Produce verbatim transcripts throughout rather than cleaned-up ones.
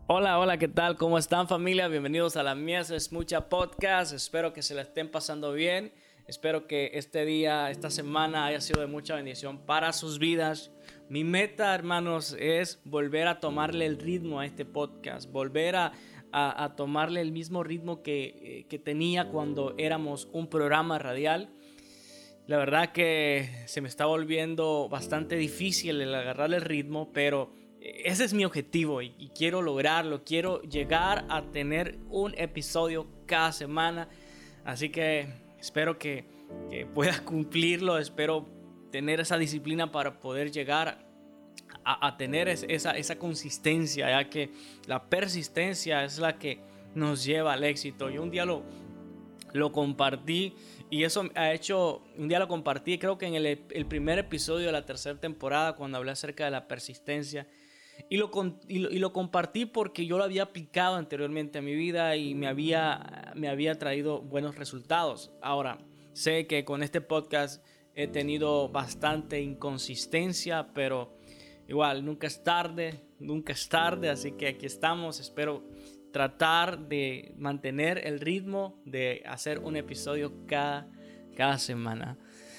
Hola, hola, ¿qué tal? ¿Cómo están, familia? Bienvenidos a la Mies es Mucha Podcast. Espero que se la estén pasando bien. Espero que este día, esta semana haya sido de mucha bendición para sus vidas. Mi meta, hermanos, es volver a tomarle el ritmo a este podcast. Volver a, a, a tomarle el mismo ritmo que, que tenía cuando éramos un programa radial. La verdad que se me está volviendo bastante difícil el agarrar el ritmo, pero ese es mi objetivo y, y quiero lograrlo. Quiero llegar a tener un episodio cada semana. Así que espero que, que pueda cumplirlo. Espero tener esa disciplina para poder llegar a, a tener es, esa, esa consistencia, ya que la persistencia es la que nos lleva al éxito. Yo un día lo, lo compartí y eso ha hecho, un día lo compartí creo que en el, el primer episodio de la tercera temporada, cuando hablé acerca de la persistencia. Y lo, y, lo, y lo compartí porque yo lo había aplicado anteriormente a mi vida y me había, me había traído buenos resultados. Ahora, sé que con este podcast he tenido bastante inconsistencia, pero igual, nunca es tarde, nunca es tarde, así que aquí estamos. Espero tratar de mantener el ritmo de hacer un episodio cada, cada semana.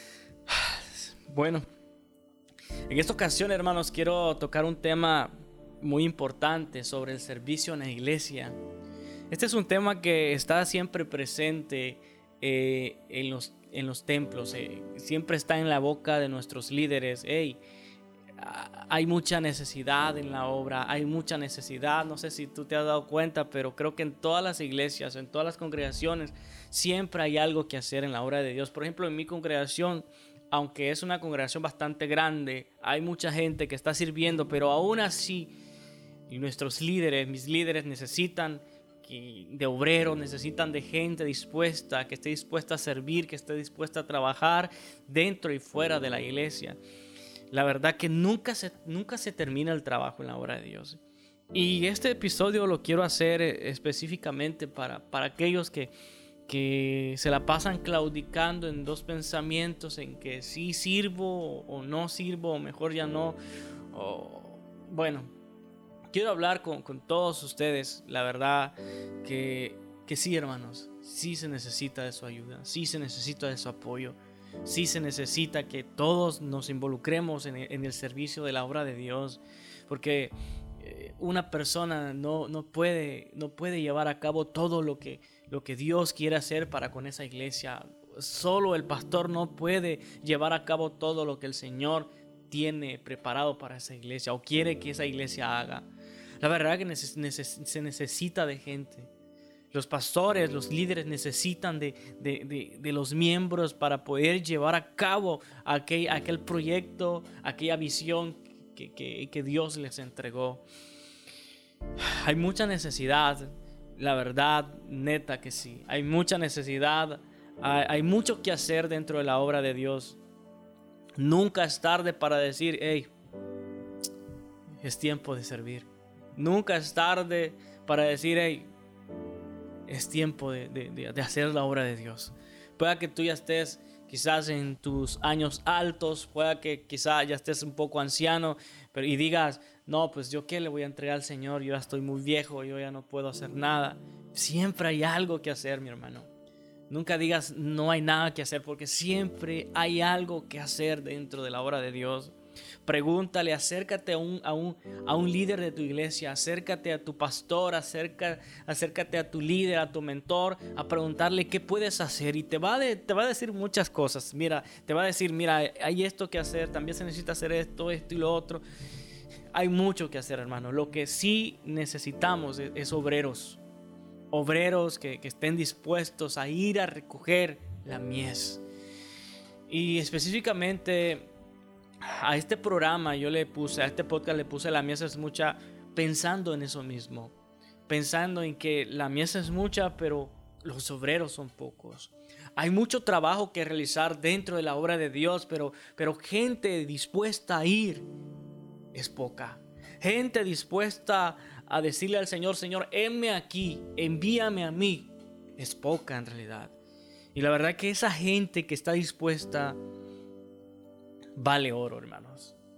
Bueno, en esta ocasión, hermanos, quiero tocar un tema muy importante sobre el servicio en la iglesia. Este es un tema que está siempre presente eh, en, los, en los templos, eh, siempre está en la boca de nuestros líderes. Hey, hay mucha necesidad en la obra, hay mucha necesidad. No sé si tú te has dado cuenta, pero creo que en todas las iglesias, en todas las congregaciones, siempre hay algo que hacer en la obra de Dios. Por ejemplo, en mi congregación, aunque es una congregación bastante grande, hay mucha gente que está sirviendo, pero aún así, y nuestros líderes, mis líderes necesitan de obreros, necesitan de gente dispuesta, que esté dispuesta a servir, que esté dispuesta a trabajar dentro y fuera de la iglesia. La verdad que nunca se, nunca se termina el trabajo en la obra de Dios. Y este episodio lo quiero hacer específicamente para, para aquellos que que se la pasan claudicando en dos pensamientos, en que sí sirvo o no sirvo, o mejor ya no. O, bueno, quiero hablar con, con todos ustedes, la verdad que, que sí, hermanos, sí se necesita de su ayuda, sí se necesita de su apoyo, sí se necesita que todos nos involucremos en el, en el servicio de la obra de Dios, porque una persona no, no, puede, no puede llevar a cabo todo lo que, lo que Dios quiere hacer para con esa iglesia. Solo el pastor no puede llevar a cabo todo lo que el Señor tiene preparado para esa iglesia o quiere que esa iglesia haga. La verdad que neces- neces- se necesita de gente. Los pastores, los líderes necesitan de, de, de, de los miembros para poder llevar a cabo aquel, aquel proyecto, aquella visión que, que, que Dios les entregó. Hay mucha necesidad, la verdad, neta que sí. Hay mucha necesidad, hay, hay mucho que hacer dentro de la obra de Dios. Nunca es tarde para decir, hey, es tiempo de servir. Nunca es tarde para decir, hey, es tiempo de, de, de hacer la obra de Dios. Pueda que tú ya estés quizás en tus años altos, pueda que quizás ya estés un poco anciano, pero y digas, no, pues yo qué le voy a entregar al Señor, yo ya estoy muy viejo, yo ya no puedo hacer nada. Siempre hay algo que hacer, mi hermano. Nunca digas no hay nada que hacer, porque siempre hay algo que hacer dentro de la obra de Dios. Pregúntale, acércate a un, a un, a un líder de tu iglesia, acércate a tu pastor, acerca, acércate a tu líder, a tu mentor, a preguntarle qué puedes hacer, y te va, de, te va a decir muchas cosas. Mira, te va a decir, mira, hay esto que hacer, también se necesita hacer esto, esto y lo otro. Hay mucho que hacer, hermano. Lo que sí necesitamos es, es obreros, obreros que, que estén dispuestos a ir a recoger la mies. Y específicamente a este programa yo le puse, a este podcast le puse la mies es mucha, pensando en eso mismo, pensando en que la mies es mucha, pero los obreros son pocos. Hay mucho trabajo que realizar dentro de la obra de Dios, pero, pero gente dispuesta a ir es poca. Gente dispuesta a decirle al Señor, Señor, heme aquí, envíame a mí, es poca en realidad. Y la verdad que esa gente que está dispuesta vale oro, hermanos.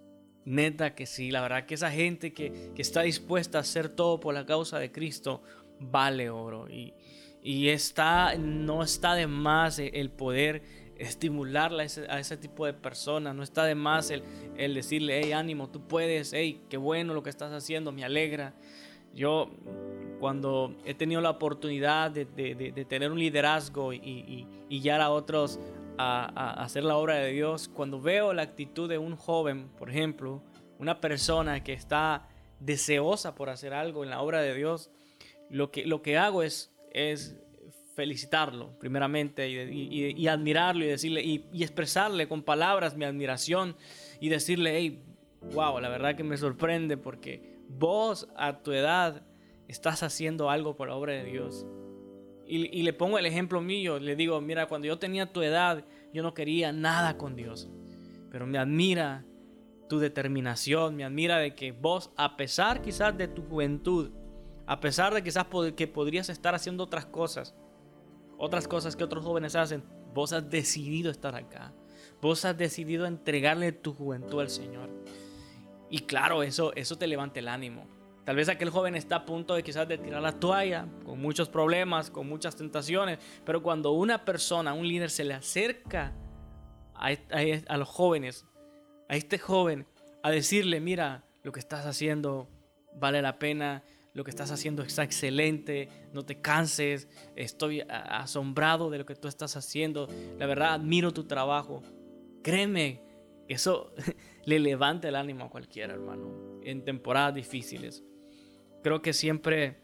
Neta que sí, la verdad que esa gente que, que está dispuesta a hacer todo por la causa de Cristo vale oro. Y, y está, no está de más el poder estimularla a ese, a ese tipo de personas. No está de más el, el decirle, hey, ánimo, tú puedes, hey, qué bueno lo que estás haciendo, me alegra. Yo cuando he tenido la oportunidad de, de, de, de tener un liderazgo y, y, y guiar a otros a, a hacer la obra de Dios, cuando veo la actitud de un joven, por ejemplo, una persona que está deseosa por hacer algo en la obra de Dios, lo que, lo que hago es, es felicitarlo primeramente y, y, y admirarlo y decirle y, y expresarle con palabras mi admiración y decirle, hey, wow, la verdad que me sorprende porque vos a tu edad estás haciendo algo por la obra de Dios. Y, y le pongo el ejemplo mío, le digo, mira, cuando yo tenía tu edad, yo no quería nada con Dios. Pero me admira tu determinación, me admira de que vos, a pesar quizás de tu juventud, a pesar de quizás que podrías estar haciendo otras cosas, otras cosas que otros jóvenes hacen, vos has decidido estar acá. Vos has decidido entregarle tu juventud al Señor. Y claro, eso, eso te levanta el ánimo. Tal vez aquel joven está a punto de quizás de tirar la toalla, con muchos problemas, con muchas tentaciones, pero cuando una persona, un líder se le acerca a, a, a los jóvenes, a este joven, a decirle, mira, lo que estás haciendo vale la pena, lo que estás haciendo está excelente, no te canses, estoy asombrado de lo que tú estás haciendo, la verdad admiro tu trabajo. Créeme, eso le levanta el ánimo a cualquiera, hermano, en temporadas difíciles. Creo que siempre,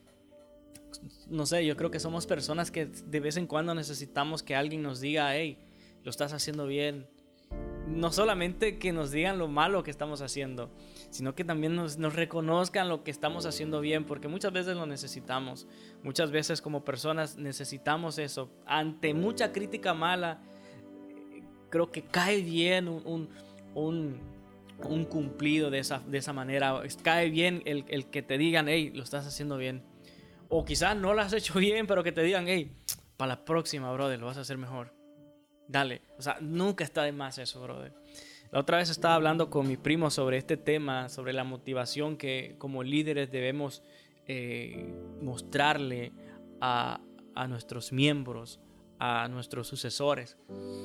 no sé, yo creo que somos personas que de vez en cuando necesitamos que alguien nos diga, hey, lo estás haciendo bien. No solamente que nos digan lo malo que estamos haciendo, sino que también nos, nos reconozcan lo que estamos haciendo bien, porque muchas veces lo necesitamos. Muchas veces como personas necesitamos eso. Ante mucha crítica mala, creo que cae bien un, un, un, un cumplido de esa, de esa manera. Cae bien el, el que te digan, hey, lo estás haciendo bien. O quizás no lo has hecho bien, pero que te digan, hey, para la próxima, brother, lo vas a hacer mejor. Dale, o sea, nunca está de más eso, brother. La otra vez estaba hablando con mi primo sobre este tema, sobre la motivación que como líderes debemos eh, mostrarle a, a nuestros miembros, a nuestros sucesores.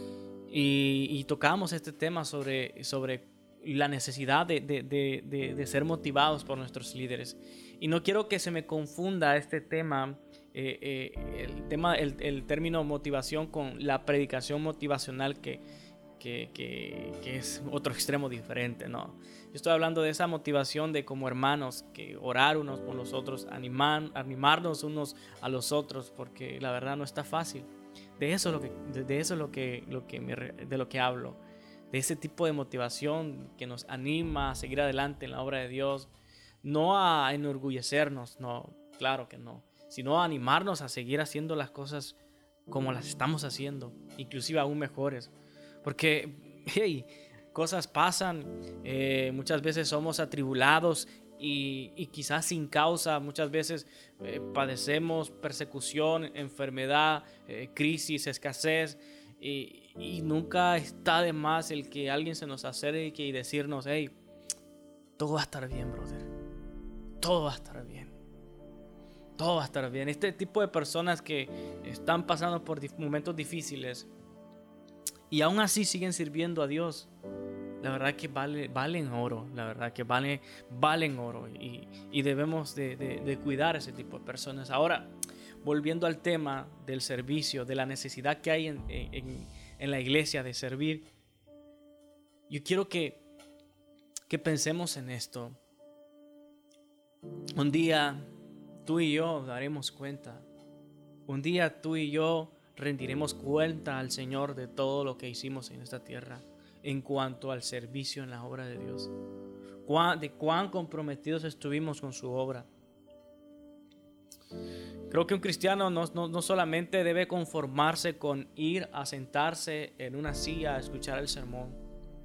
Y, y tocamos este tema sobre, sobre la necesidad de, de, de, de, de ser motivados por nuestros líderes. Y no quiero que se me confunda este tema, eh, eh, el, tema el, el término motivación con la predicación motivacional que, que, que, que es otro extremo diferente, ¿no? Yo estoy hablando de esa motivación de como hermanos, que orar unos por los otros, animar, animarnos unos a los otros, porque la verdad no está fácil. De eso es lo que, de, de eso es lo que, lo que me, de lo que hablo, de ese tipo de motivación que nos anima a seguir adelante en la obra de Dios, no a enorgullecernos, no, claro que no, sino a animarnos a seguir haciendo las cosas como las estamos haciendo, inclusive aún mejores, porque hey, cosas pasan, eh, muchas veces somos atribulados y, y quizás sin causa, muchas veces eh, padecemos persecución, enfermedad, eh, crisis, escasez, y, y nunca está de más el que alguien se nos acerque y decirnos, hey, todo va a estar bien, brother, todo va a estar bien, todo va a estar bien. Este tipo de personas que están pasando por momentos difíciles y aún así siguen sirviendo a Dios, la verdad que vale, valen oro, la verdad que vale, valen oro y, y debemos de, de, de cuidar a ese tipo de personas. Ahora, volviendo al tema del servicio, de la necesidad que hay en, en, en la iglesia de servir, yo quiero que, que pensemos en esto. Un día tú y yo daremos cuenta, un día tú y yo rendiremos cuenta al Señor de todo lo que hicimos en esta tierra en cuanto al servicio en la obra de Dios, de cuán comprometidos estuvimos con su obra. Creo que un cristiano no, no, no solamente debe conformarse con ir a sentarse en una silla a escuchar el sermón.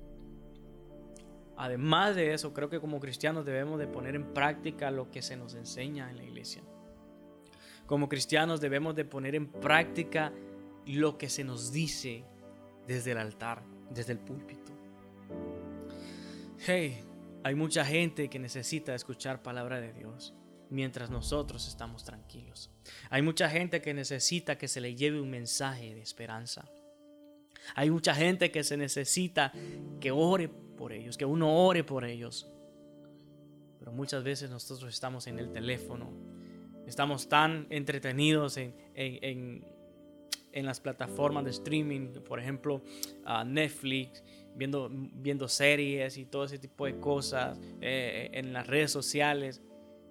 Además de eso, creo que como cristianos debemos de poner en práctica lo que se nos enseña en la iglesia. Como cristianos debemos de poner en práctica lo que se nos dice desde el altar, desde el púlpito. Hey, Hay mucha gente que necesita escuchar palabra de Dios mientras nosotros estamos tranquilos. Hay mucha gente que necesita que se le lleve un mensaje de esperanza. Hay mucha gente que se necesita que ore por ellos, que uno ore por ellos. Pero muchas veces nosotros estamos en el teléfono, estamos tan entretenidos en, en, en, en las plataformas de streaming, por ejemplo, uh, Netflix, viendo, viendo series y todo ese tipo de cosas, eh, en las redes sociales,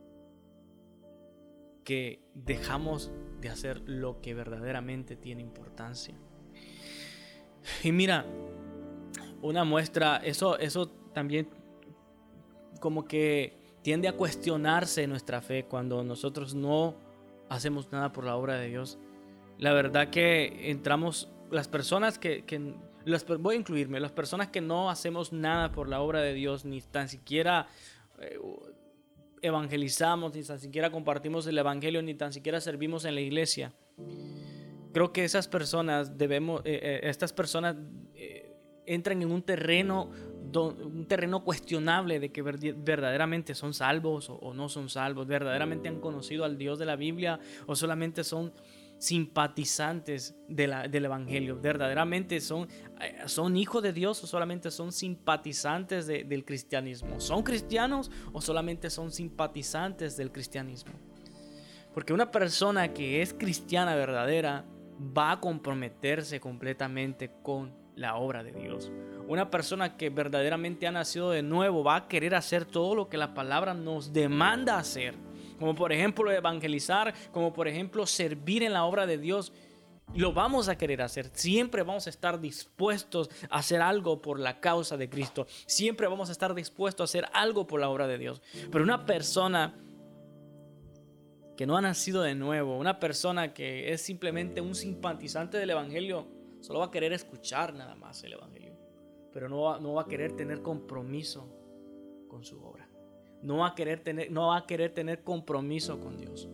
que dejamos de hacer lo que verdaderamente tiene importancia. Y mira, una muestra, eso, eso también como que tiende a cuestionarse nuestra fe cuando nosotros no hacemos nada por la obra de Dios. La verdad que entramos, las personas que, que las, voy a incluirme, las personas que no hacemos nada por la obra de Dios, ni tan siquiera eh, evangelizamos, ni tan siquiera compartimos el evangelio, ni tan siquiera servimos en la iglesia. Creo que esas personas debemos, eh, eh, estas personas eh, entran en un terreno, do, un terreno cuestionable de que verdaderamente son salvos o, o no son salvos, verdaderamente han conocido al Dios de la Biblia o solamente son simpatizantes de la, del evangelio, verdaderamente son, eh, son hijos de Dios o solamente son simpatizantes de, del cristianismo, son cristianos o solamente son simpatizantes del cristianismo. Porque una persona que es cristiana verdadera va a comprometerse completamente con la obra de Dios. Una persona que verdaderamente ha nacido de nuevo va a querer hacer todo lo que la palabra nos demanda hacer, como por ejemplo evangelizar, como por ejemplo servir en la obra de Dios. Lo vamos a querer hacer. Siempre vamos a estar dispuestos a hacer algo por la causa de Cristo. Siempre vamos a estar dispuestos a hacer algo por la obra de Dios. Pero una persona que no ha nacido de nuevo, una persona que es simplemente un simpatizante del evangelio, solo va a querer escuchar nada más el evangelio, pero no va, no va a querer tener compromiso con su obra. No va a querer tener, no va a querer tener compromiso con Dios.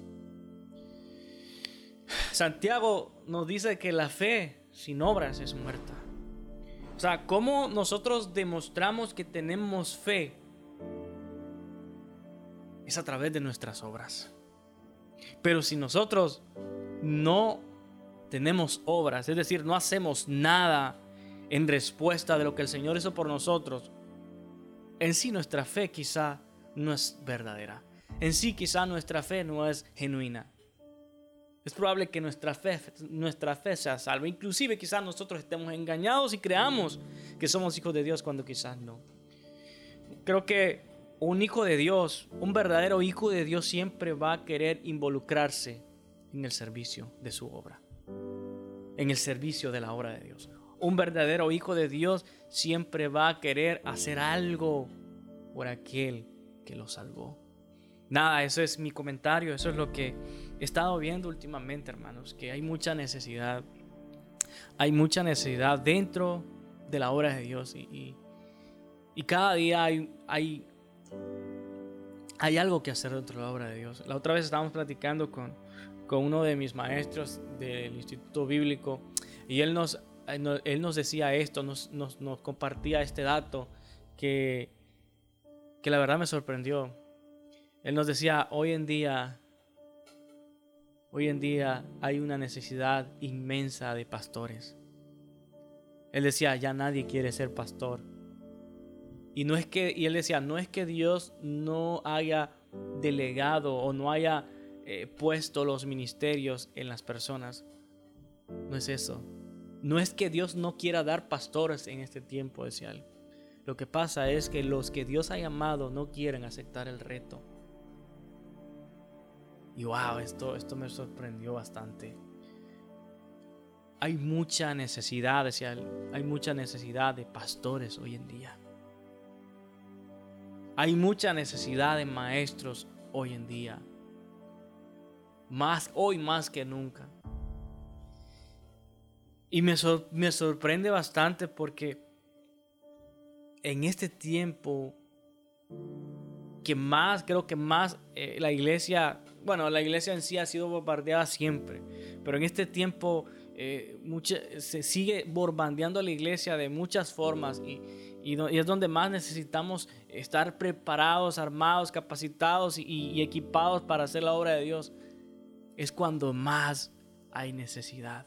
Santiago nos dice que la fe sin obras es muerta. O sea, ¿cómo nosotros demostramos que tenemos fe? Es a través de nuestras obras. Pero si nosotros no tenemos obras, es decir, no hacemos nada en respuesta de lo que el Señor hizo por nosotros, en sí nuestra fe quizá no es verdadera. En sí quizá nuestra fe no es genuina. Es probable que nuestra fe, nuestra fe sea salva. Inclusive quizás nosotros estemos engañados y creamos que somos hijos de Dios cuando quizás no. Creo que un hijo de Dios, un verdadero hijo de Dios siempre va a querer involucrarse en el servicio de su obra, en el servicio de la obra de Dios. Un verdadero hijo de Dios siempre va a querer hacer algo por aquel que lo salvó. Nada, eso es mi comentario, eso es lo que he estado viendo últimamente, hermanos, que hay mucha necesidad, hay mucha necesidad dentro de la obra de Dios y, y, y cada día hay, hay, hay algo que hacer dentro de la obra de Dios. La otra vez estábamos platicando con, con uno de mis maestros del Instituto Bíblico y él nos, él nos decía esto, nos, nos, nos compartía este dato que, que la verdad me sorprendió. Él nos decía, hoy en día, hoy en día hay una necesidad inmensa de pastores. Él decía, ya nadie quiere ser pastor. Y no es que, y él decía, no es que Dios no haya delegado o no haya eh, puesto los ministerios en las personas. No es eso. No es que Dios no quiera dar pastores en este tiempo, decía él. Lo que pasa es que los que Dios ha llamado no quieren aceptar el reto. Y wow, esto, esto me sorprendió bastante. Hay mucha necesidad, decía él, hay mucha necesidad de pastores hoy en día. Hay mucha necesidad de maestros hoy en día. Más, hoy más que nunca. Y me, sor, me sorprende bastante porque en este tiempo que más, creo que más eh, la iglesia, bueno, la iglesia en sí ha sido bombardeada siempre, pero en este tiempo eh, mucha, se sigue bombardeando a la iglesia de muchas formas y, Y, do, y es donde más necesitamos estar preparados, armados, capacitados y, y equipados para hacer la obra de Dios. Es cuando más hay necesidad.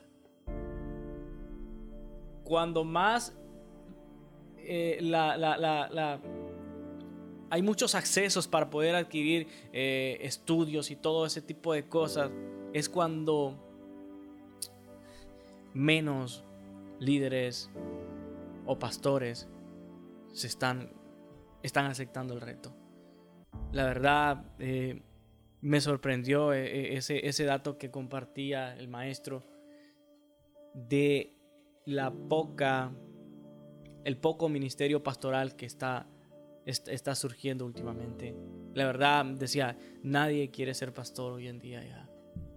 Cuando más eh, la, la, la, la, hay muchos accesos para poder adquirir eh, estudios y todo ese tipo de cosas, es cuando menos líderes o pastores se están, están aceptando el reto. La verdad, eh, me sorprendió eh, ese, ese dato que compartía el maestro de la poca, el poco ministerio pastoral que está, está, está surgiendo últimamente. La verdad, decía, nadie quiere ser pastor hoy en día ya.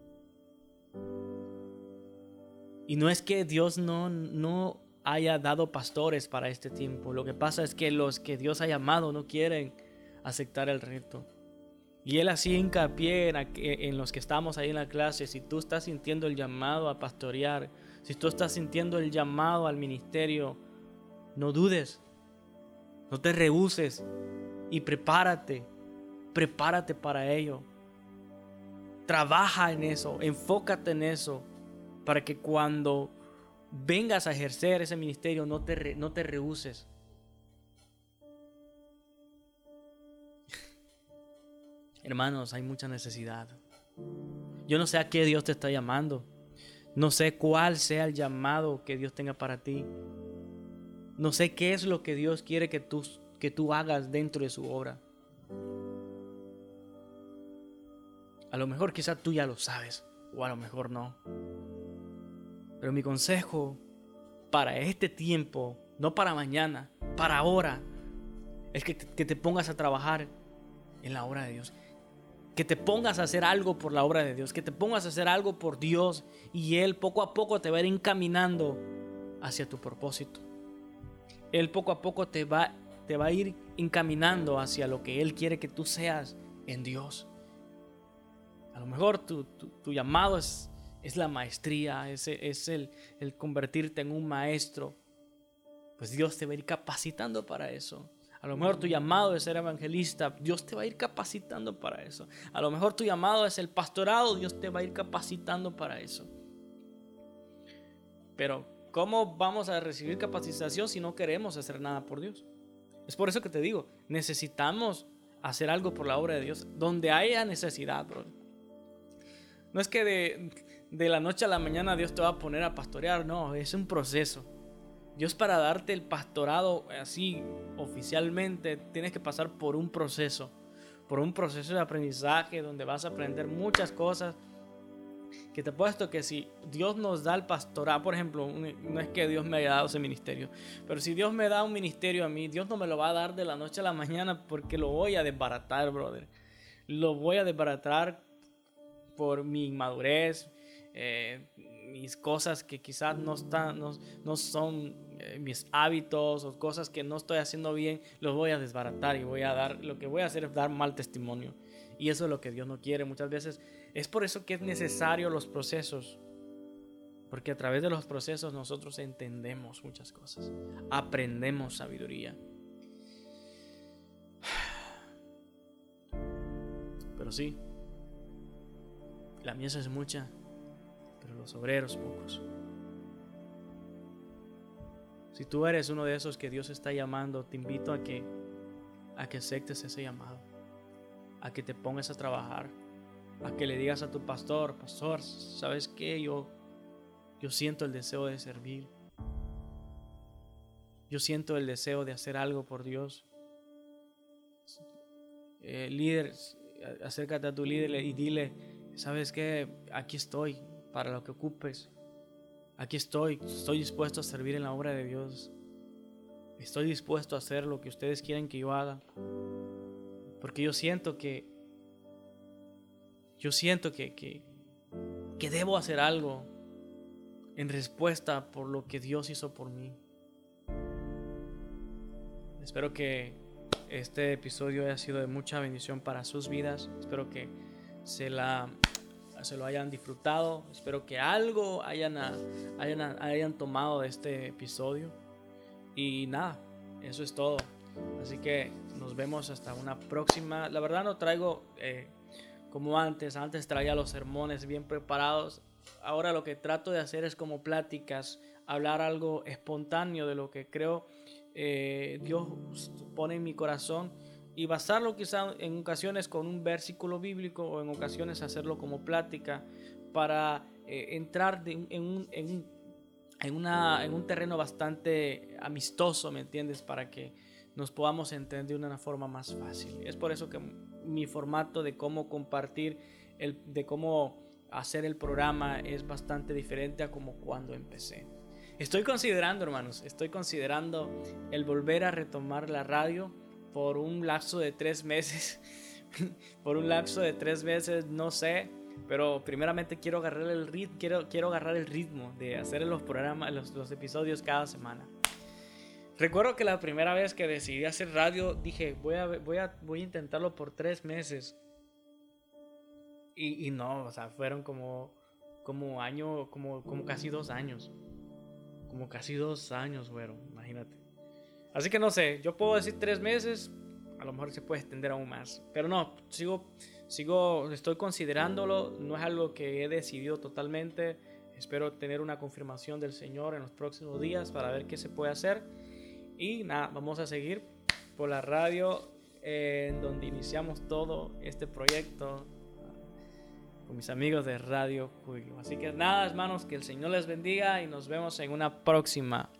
Y no es que Dios no, no haya dado pastores para este tiempo. Lo que pasa es que los que Dios ha llamado no quieren aceptar el reto. Y él hacía hincapié en, en los que estamos ahí en la clase. Si tú estás sintiendo el llamado a pastorear, si tú estás sintiendo el llamado al ministerio, no dudes, no te rehúses y prepárate, prepárate para ello. Trabaja en eso, enfócate en eso, para que cuando vengas a ejercer ese ministerio no te, re, no te rehúses. Hermanos, hay mucha necesidad. Yo no sé a qué Dios te está llamando. No sé cuál sea el llamado que Dios tenga para ti. No sé qué es lo que Dios quiere que tú, que tú hagas dentro de su obra. A lo mejor quizás tú ya lo sabes, o a lo mejor no. Pero mi consejo para este tiempo, no para mañana, para ahora, es que te, que te pongas a trabajar en la obra de Dios. Que te pongas a hacer algo por la obra de Dios. Que te pongas a hacer algo por Dios. Y Él poco a poco te va a ir encaminando hacia tu propósito. Él poco a poco te va, te va a ir encaminando hacia lo que Él quiere que tú seas en Dios. A lo mejor tu, tu, tu llamado es, es la maestría, es, es el, el convertirte en un maestro. Pues Dios te va a ir capacitando para eso. A lo mejor tu llamado es ser evangelista, Dios te va a ir capacitando para eso. A lo mejor tu llamado es el pastorado, Dios te va a ir capacitando para eso. Pero ¿cómo vamos a recibir capacitación si no queremos hacer nada por Dios? Es por eso que te digo, necesitamos hacer algo por la obra de Dios, donde haya necesidad, bro. No es que de, de la noche a la mañana Dios te va a poner a pastorear, no, es un proceso. Dios, para darte el pastorado así oficialmente, tienes que pasar por un proceso, por un proceso de aprendizaje donde vas a aprender muchas cosas. Que te apuesto que si Dios nos da el pastorado, por ejemplo, no es que Dios me haya dado ese ministerio, pero si Dios me da un ministerio a mí, Dios no me lo va a dar de la noche a la mañana, porque lo voy a desbaratar, brother. Lo voy a desbaratar por mi inmadurez, eh, mis cosas que quizás no, están, no, no son eh, mis hábitos o cosas que no estoy haciendo bien, los voy a desbaratar y voy a dar, lo que voy a hacer es dar mal testimonio. Y eso es lo que Dios no quiere muchas veces. Es por eso que es necesario los procesos, porque a través de los procesos nosotros entendemos muchas cosas, aprendemos sabiduría. Pero sí, la mies es mucha, pero los obreros pocos. Si tú eres uno de esos que Dios está llamando, te invito a que, a que aceptes ese llamado, a que te pongas a trabajar, a que le digas a tu pastor: pastor, ¿sabes qué? Yo, yo siento el deseo de servir. Yo siento el deseo de hacer algo por Dios. Eh, líder, acércate a tu líder y dile: ¿sabes qué? Aquí estoy para lo que ocupes. Aquí estoy, estoy dispuesto a servir en la obra de Dios. Estoy dispuesto a hacer lo que ustedes quieren que yo haga. Porque yo siento que Yo siento que, que, que debo hacer algo en respuesta por lo que Dios hizo por mí. Espero que este episodio haya sido de mucha bendición para sus vidas. Espero que se, la, se lo hayan disfrutado. Espero que algo hayan, hayan, hayan tomado de este episodio. Y nada, Eso es todo. Así que nos vemos hasta una próxima. La verdad no traigo eh, como antes. Antes traía los sermones bien preparados. Ahora lo que trato de hacer es como pláticas, hablar algo espontáneo de lo que creo eh, Dios pone en mi corazón y basarlo quizá en ocasiones con un versículo bíblico o en ocasiones hacerlo como plática para eh, entrar de, en, un, en, un, en, una, en un terreno bastante amistoso, ¿me entiendes? Para que nos podamos entender de una forma más fácil. Es por eso que mi formato de cómo compartir, el, de cómo hacer el programa es bastante diferente a como cuando empecé. Estoy considerando, hermanos, estoy considerando el volver a retomar la radio por un lapso de tres meses. por un lapso de tres meses, no sé, pero primeramente quiero agarrar el ritmo, quiero, quiero agarrar el ritmo de hacer los programas, los, los episodios cada semana. Recuerdo que la primera vez que decidí hacer radio dije voy a, voy a, voy a intentarlo por tres meses. Y, y no, o sea, fueron como, como año, como, como casi dos años. Como casi dos años fueron, imagínate. Así que no sé, yo puedo decir tres meses, a lo mejor se puede extender aún más. Pero no, sigo, sigo, estoy considerándolo, no es algo que he decidido totalmente. Espero tener una confirmación del Señor en los próximos días para ver qué se puede hacer. Y nada, vamos a seguir por la radio eh, en donde iniciamos todo este proyecto con mis amigos de Radio Julio. Así que nada, hermanos, que el Señor les bendiga y nos vemos en una próxima